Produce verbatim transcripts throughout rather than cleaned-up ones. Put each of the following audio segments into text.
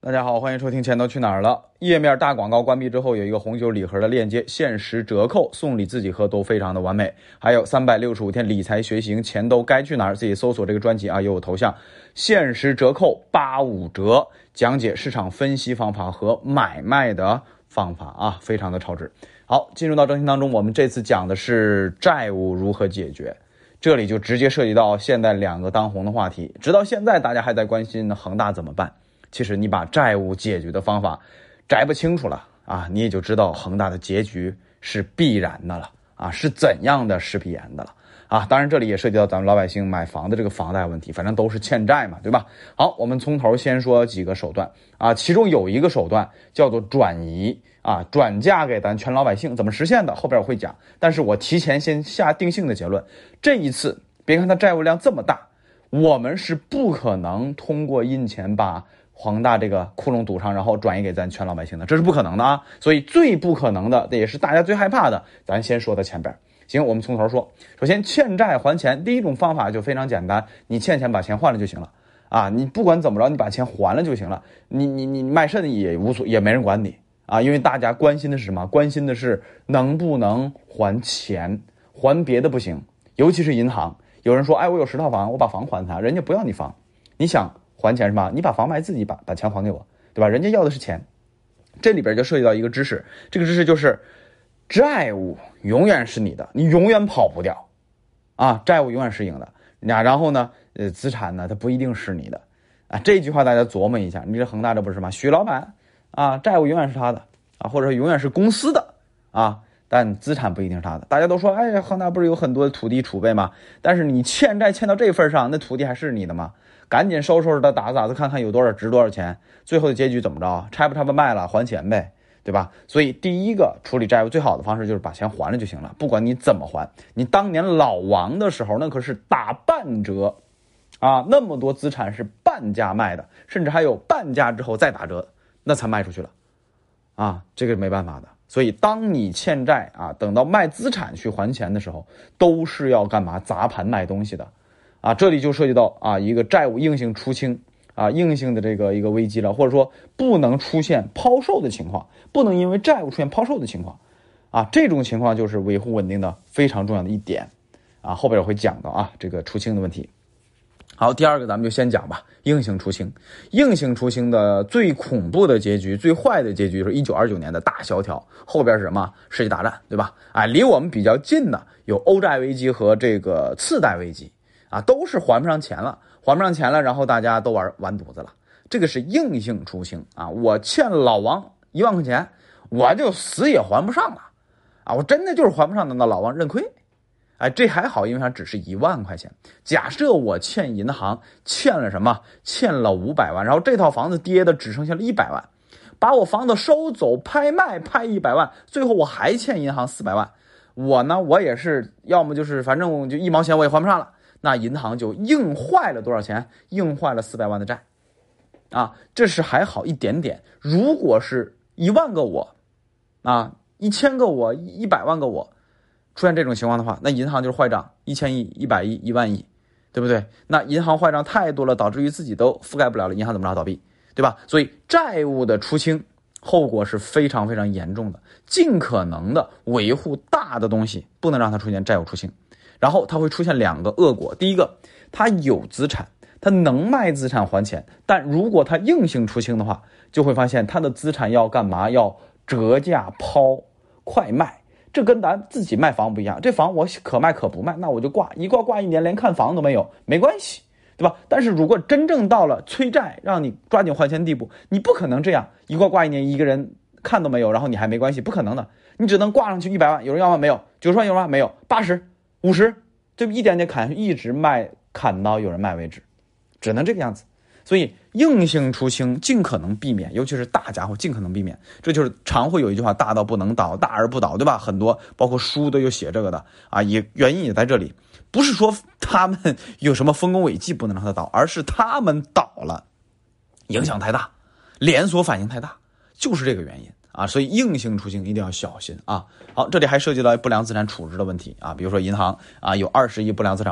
大家好，欢迎收听钱都去哪儿了。页面大广告关闭之后，有一个红酒礼盒的链接，限时折扣，送礼自己喝都非常的完美。还有三百六十五天理财学习营，钱都该去哪儿，自己搜索这个专辑啊，有我头像，限时折扣八五折，讲解市场分析方法和买卖的方法啊，非常的超值。好，进入到正题当中，我们这次讲的是债务如何解决。这里就直接涉及到现在两个当红的话题，直到现在大家还在关心恒大怎么办。其实你把债务解决的方法摘不清楚了啊，你也就知道恒大的结局是必然的了啊，是怎样的是必然的了啊。当然这里也涉及到咱们老百姓买房的这个房贷问题，反正都是欠债嘛，对吧？好，我们从头先说几个手段啊，其中有一个手段叫做转移啊，转嫁给咱全老百姓，怎么实现的后边我会讲，但是我提前先下定性的结论，这一次别看它债务量这么大，我们是不可能通过印钱把恒大这个窟窿堵上，然后转移给咱全老百姓的，这是不可能的啊！所以最不可能的，也是大家最害怕的，咱先说到前边。行，我们从头说。首先，欠债还钱，第一种方法就非常简单，你欠钱把钱换了就行了啊！你不管怎么着，你把钱还了就行了。你你你卖肾也无所，也没人管你啊！因为大家关心的是什么？关心的是能不能还钱，还别的不行。尤其是银行，有人说，哎，我有十套房，我把房还他，人家不要你房，你想还钱是吧？你把房卖自己把把钱还给我，对吧？人家要的是钱。这里边就涉及到一个知识，这个知识就是债务永远是你的，你永远跑不掉啊！债务永远是赢的。然后呢，呃，资产呢，它不一定是你的啊。这句话大家琢磨一下，你这恒大这不是吗？许老板啊，债务永远是他的啊，或者说永远是公司的啊，但资产不一定是他的。大家都说，哎，恒大不是有很多土地储备吗？但是你欠债欠到这份上，那土地还是你的吗？赶紧收拾收拾的，打打子看看有多少值多少钱，最后的结局怎么着？拆不拆不卖了，还钱呗，对吧？所以第一个处理债务最好的方式就是把钱还了就行了，不管你怎么还。你当年老王的时候，那可是打半折啊，那么多资产是半价卖的，甚至还有半价之后再打折，那才卖出去了啊，这个没办法的。所以当你欠债啊，等到卖资产去还钱的时候，都是要干嘛？砸盘卖东西的。啊，这里就涉及到啊一个债务硬性出清啊硬性的这个一个危机了，或者说不能出现抛售的情况，不能因为债务出现抛售的情况，啊这种情况就是维护稳定的非常重要的一点啊，后边我会讲到啊这个出清的问题。好，第二个咱们就先讲吧，硬性出清。硬性出清的最恐怖的结局，最坏的结局就是一九二九年的大萧条，后边是什么？世界大战，对吧？哎，离我们比较近的有欧债危机和这个次贷危机。啊，都是还不上钱了，还不上钱了，然后大家都玩完犊子了。这个是硬性出清啊！我欠老王一万块钱，我就死也还不上了啊！我真的就是还不上的，那老王认亏。哎，这还好，因为它只是一万块钱。假设我欠银行欠了什么？欠了五百万，然后这套房子跌的只剩下了一百万，把我房子收走拍卖拍一百万，最后我还欠银行四百万。我呢，我也是要么就是反正就一毛钱我也还不上了。那银行就硬坏了多少钱？硬坏了四百万的债，啊，这是还好一点点。如果是一万个我，啊，一千个我，一百万个我，出现这种情况的话，那银行就是坏账，一千亿、一百亿、一万亿，对不对？那银行坏账太多了，导致于自己都覆盖不了了，银行怎么着倒闭，对吧？所以债务的出清后果是非常非常严重的，尽可能的维护大的东西，不能让它出现债务出清。然后它会出现两个恶果，第一个，它有资产，它能卖资产还钱，但如果它硬性出清的话，就会发现它的资产要干嘛？要折价抛，快卖。这跟咱自己卖房不一样，这房我可卖可不卖，那我就挂，一挂挂一年，连看房都没有，没关系，对吧？但是如果真正到了催债，让你抓紧还钱的地步，你不可能这样，一挂挂一年，一个人看都没有，然后你还没关系，不可能的，你只能挂上去一百万，有人要吗？没有。九十万有人吗？没有。八十。五十，就一点点砍下去，一直卖，砍到有人卖为止，只能这个样子。所以硬性出清尽可能避免，尤其是大家伙尽可能避免。这就是常会有一句话，大到不能倒，大而不倒，对吧？很多包括书都有写这个的啊，也原因也在这里，不是说他们有什么丰功伟绩不能让他倒，而是他们倒了，影响太大，连锁反应太大，就是这个原因。啊，所以硬性出清一定要小心啊！好，这里还涉及到不良资产处置的问题啊，比如说银行啊有二十亿不良资产包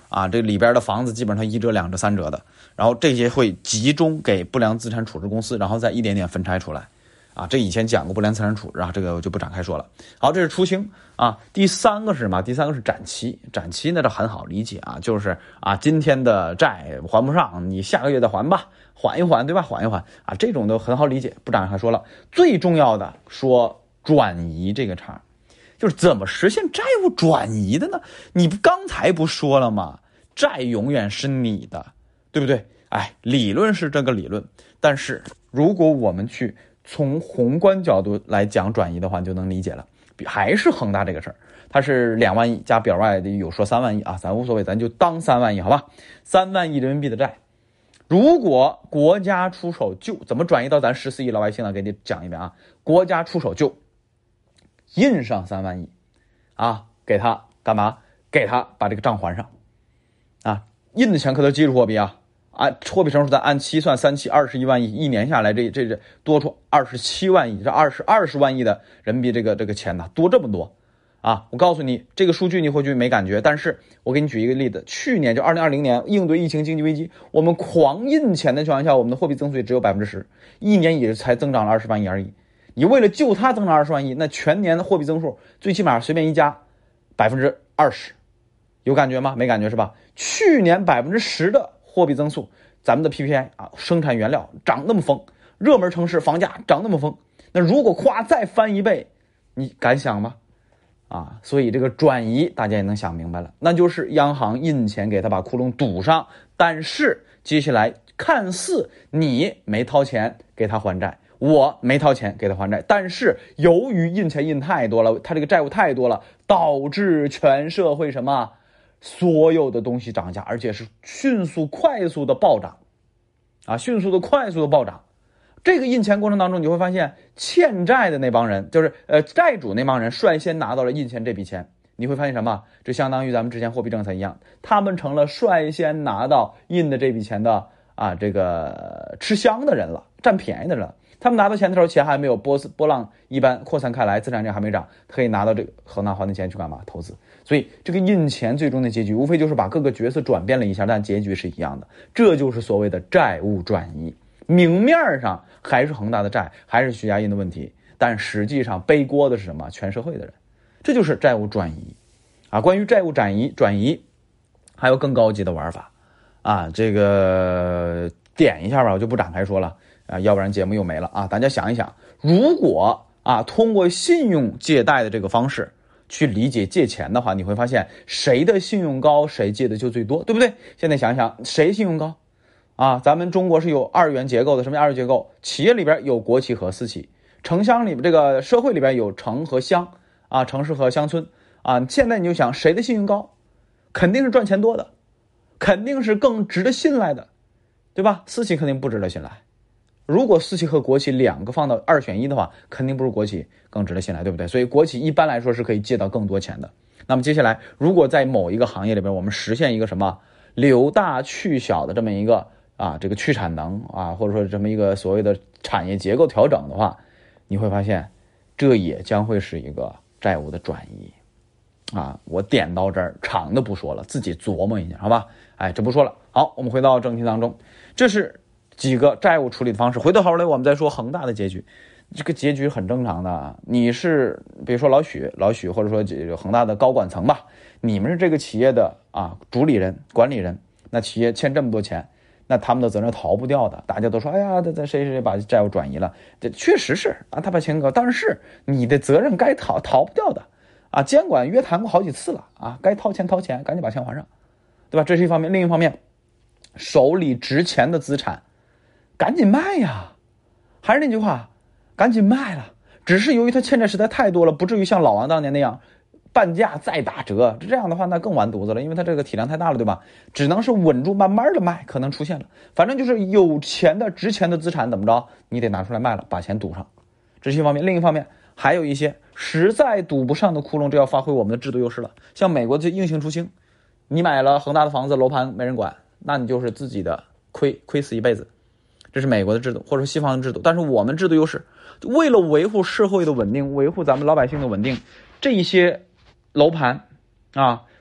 啊，这里边的房子基本上一折、两折、三折的，然后这些会集中给不良资产处置公司，然后再一点点分拆出来。啊，这以前讲过不良资产处置，然后这个我就不展开说了。好，这是出清啊。第三个是什么？第三个是展期。展期呢，这很好理解啊，就是啊，今天的债还不上，你下个月再还吧，缓一缓，对吧？缓一缓啊，这种都很好理解，不展开说了。最重要的说转移这个茬，就是怎么实现债务转移的呢？你刚才不说了吗？债永远是你的，对不对？哎，理论是这个理论，但是如果我们去从宏观角度来讲转移的话，你就能理解了。还是恒大这个事儿，它是两万亿加表外的有说三万亿啊，咱无所谓，咱就当三万亿好吧？三万亿人民币的债，如果国家出手救，怎么转移到咱十四亿老百姓呢？给你讲一遍啊，国家出手救，印上三万亿啊，给他干嘛？给他把这个账还上啊，印的钱可都基础货币啊。按货币乘数，咱按七算，三七二十一万亿，一年下来这这这多出二十七万亿，这二十二十万亿的人民币这个这个钱呢，多这么多啊！我告诉你，这个数据你或许没感觉，但是我给你举一个例子，去年就二零二零年应对疫情经济危机，我们狂印钱的情况下，我们的货币增速也只有百分之十，一年也才增长了二十万亿而已。你为了救它增长二十万亿，那全年的货币增速最起码随便一加百分之二十，有感觉吗？没感觉是吧？去年百分之十的货币增速，咱们的 P P I 啊，生产原料涨那么疯，热门城市房价涨那么疯，那如果夸再翻一倍，你敢想吗？啊，所以这个转移大家也能想明白了，那就是央行印钱给他把窟窿堵上，但是接下来看似你没掏钱给他还债，我没掏钱给他还债，但是由于印钱印太多了，他这个债务太多了，导致全社会什么？所有的东西涨价，而且是迅速快速的暴涨啊，迅速的快速的暴涨。这个印钱过程当中，你会发现欠债的那帮人，就是呃债主那帮人率先拿到了印钱这笔钱，你会发现什么？这相当于咱们之前货币政策一样，他们成了率先拿到印的这笔钱的啊这个吃香的人了，占便宜的人了。他们拿到钱的时候，钱还没有波波浪一般扩散开来，资产量还没涨，可以拿到这个恒大还的钱去干嘛？投资。所以这个印钱最终的结局，无非就是把各个角色转变了一下，但结局是一样的。这就是所谓的债务转移。明面上还是恒大的债，还是许家印的问题，但实际上背锅的是什么？全社会的人。这就是债务转移啊。关于债务转移转移，还有更高级的玩法啊。这个点一下吧，我就不展开说了。啊，要不然节目又没了啊！大家想一想，如果啊通过信用借贷的这个方式去理解借钱的话，你会发现谁的信用高，谁借的就最多，对不对？现在想想，谁信用高啊？咱们中国是有二元结构的，什么二元结构？企业里边有国企和私企，城乡里边这个社会里边有城和乡啊，城市和乡村啊。现在你就想，谁的信用高？肯定是赚钱多的，肯定是更值得信赖的，对吧？私企肯定不值得信赖。如果私企和国企两个放到二选一的话，肯定不如国企更值得信赖，对不对？所以国企一般来说是可以借到更多钱的。那么接下来，如果在某一个行业里边，我们实现一个什么留大去小的这么一个啊这个去产能啊，或者说这么一个所谓的产业结构调整的话，你会发现，这也将会是一个债务的转移啊。我点到这儿，长的不说了，自己琢磨一下，好吧？哎，这不说了。好，我们回到正题当中，这是几个债务处理的方式。回头后来我们再说恒大的结局，这个结局很正常的。你是比如说老许老许或者说这个恒大的高管层吧，你们是这个企业的啊主理人管理人，那企业欠这么多钱，那他们的责任逃不掉的。大家都说哎呀这这谁谁把债务转移了，这确实是啊，他把钱搞，但是你的责任该逃逃不掉的啊。监管约谈过好几次了啊，该掏钱掏钱，赶紧把钱还上，对吧？这是一方面。另一方面，手里值钱的资产赶紧卖呀，还是那句话，赶紧卖了。只是由于他欠债实在太多了，不至于像老王当年那样半价再打折，这样的话那更完犊子了，因为他这个体量太大了，对吧？只能是稳住慢慢的卖，可能出现了。反正就是有钱的值钱的资产怎么着，你得拿出来卖了，把钱堵上，这是一方面。另一方面还有一些实在堵不上的窟窿，这要发挥我们的制度优势了。像美国就硬性出清，你买了恒大的房子，楼盘没人管，那你就是自己的亏亏死一辈子。这是美国的制度，或者说西方的制度。但是我们制度优势，为了维护社会的稳定，维护咱们老百姓的稳定，这一些楼盘啊，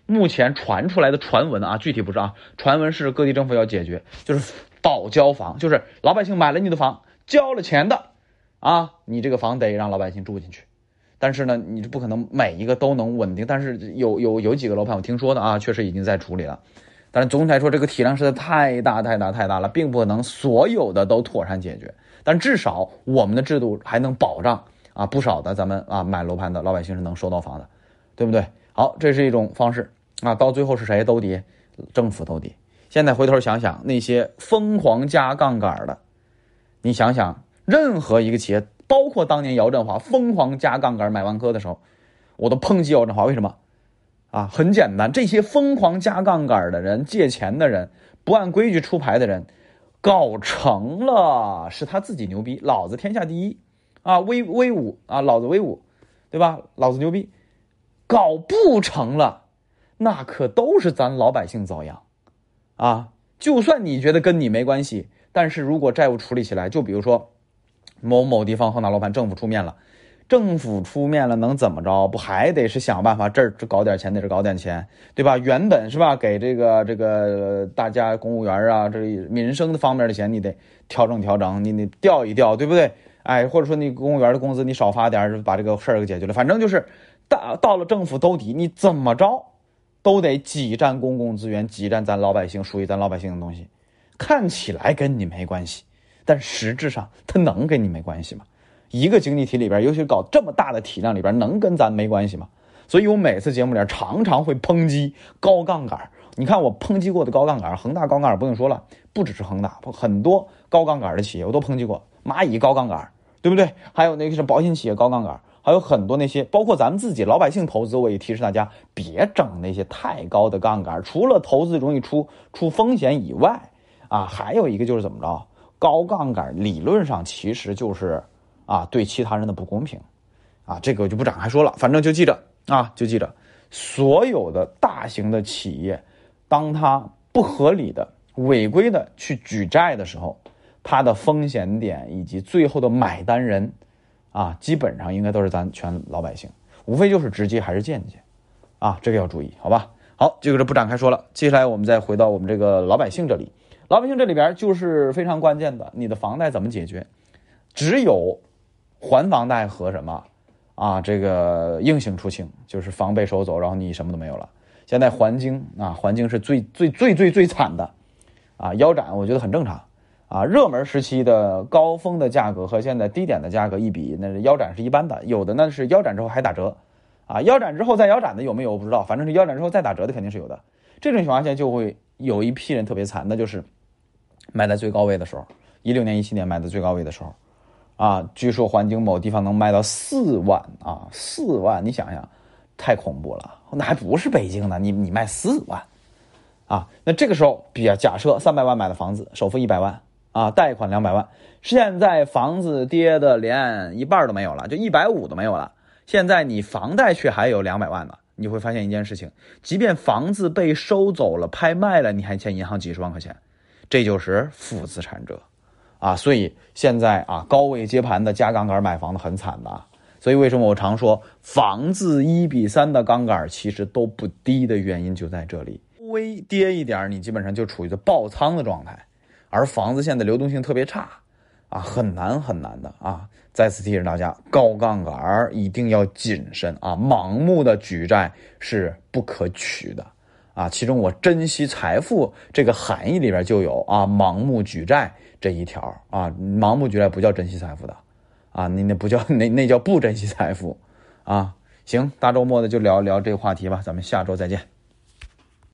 目前传出来的传闻啊，具体不是啊，传闻是各地政府要解决，就是保交房，就是老百姓买了你的房，交了钱的啊，你这个房得让老百姓住进去。但是呢，你不可能每一个都能稳定，但是有有有几个楼盘我听说的啊，确实已经在处理了。但是总体来说，这个体量实在太大太大太大了，并不可能所有的都妥善解决。但至少我们的制度还能保障啊，不少的咱们啊买楼盘的老百姓是能收到房的，对不对？好，这是一种方式啊，到最后是谁兜底？政府兜底。现在回头想想，那些疯狂加杠杆的，你想想，任何一个企业，包括当年姚振华疯狂加杠杆买万科的时候，我都抨击姚振华，为什么？啊，很简单，这些疯狂加杠杆的人、借钱的人、不按规矩出牌的人，搞成了是他自己牛逼，老子天下第一啊，威威武啊，老子威武，对吧？老子牛逼。搞不成了，那可都是咱老百姓遭殃啊！就算你觉得跟你没关系，但是如果债务处理起来，就比如说某某地方恒大楼盘政府出面了，政府出面了能怎么着？不还得是想办法这儿搞点钱，那这搞点钱，对吧？原本是吧，给这个这个大家公务员啊，这民生的方面的钱，你得调整调整，你得调一调，对不对？哎，或者说你公务员的工资你少发点，把这个事儿给解决了。反正就是到到了政府兜底，你怎么着都得挤占公共资源，挤占咱老百姓属于咱老百姓的东西。看起来跟你没关系，但实质上它能跟你没关系吗？一个经济体里边，尤其搞这么大的体量里边，能跟咱没关系吗？所以我每次节目里常常会抨击高杠杆。你看我抨击过的高杠杆，恒大高杠杆不用说了，不只是恒大，很多高杠杆的企业我都抨击过。蚂蚁高杠杆，对不对？还有那个是保险企业高杠杆，还有很多那些，包括咱们自己老百姓投资，我也提示大家别整那些太高的杠杆，除了投资容易出出风险以外啊，还有一个就是怎么着，高杠杆理论上其实就是啊对其他人的不公平啊，这个我就不展开说了，反正就记着啊，就记着，所有的大型的企业，当它不合理的、违规的去举债的时候，它的风险点以及最后的买单人啊，基本上应该都是咱全老百姓，无非就是直接还是间接啊，这个要注意，好吧？好，这个就不展开说了。接下来我们再回到我们这个老百姓这里，老百姓这里边就是非常关键的，你的房贷怎么解决？只有还房贷和什么啊？这个硬性出清，就是房被收走，然后你什么都没有了。现在还京啊，还京是最最最最最惨的啊，腰斩我觉得很正常。啊，热门时期的高峰的价格和现在低点的价格一比，那是腰斩是一般的，有的呢是腰斩之后还打折，啊，腰斩之后再腰斩的有没有我不知道，反正是腰斩之后再打折的肯定是有的。这种情况下就会有一批人特别惨，那就是卖在最高位的时候，一六年、一七年卖在最高位的时候，啊，据说环京某地方能卖到四万啊，四万，你想想，太恐怖了，那还不是北京呢，你你卖四万，啊，那这个时候比较假设三百万买的房子，首付一百万。啊，贷款两百万，现在房子跌的连一半都没有了，就一百五都没有了。现在你房贷却还有两百万呢，你会发现一件事情，即便房子被收走了、拍卖了，你还欠银行几十万块钱，这就是负资产者啊。所以现在啊，高位接盘的加杠杆买房的很惨的。所以为什么我常说房子一比三的杠杆其实都不低的原因就在这里，微跌一点，你基本上就处于在爆仓的状态。而房子现在流动性特别差啊，很难很难的啊！再次提醒大家，高杠杆一定要谨慎啊，盲目的举债是不可取的啊。其中我珍惜财富这个含义里边就有啊，盲目举债这一条啊，盲目举债不叫珍惜财富的啊，那那不叫那那叫不珍惜财富啊。行，大周末的就聊聊这个话题吧，咱们下周再见。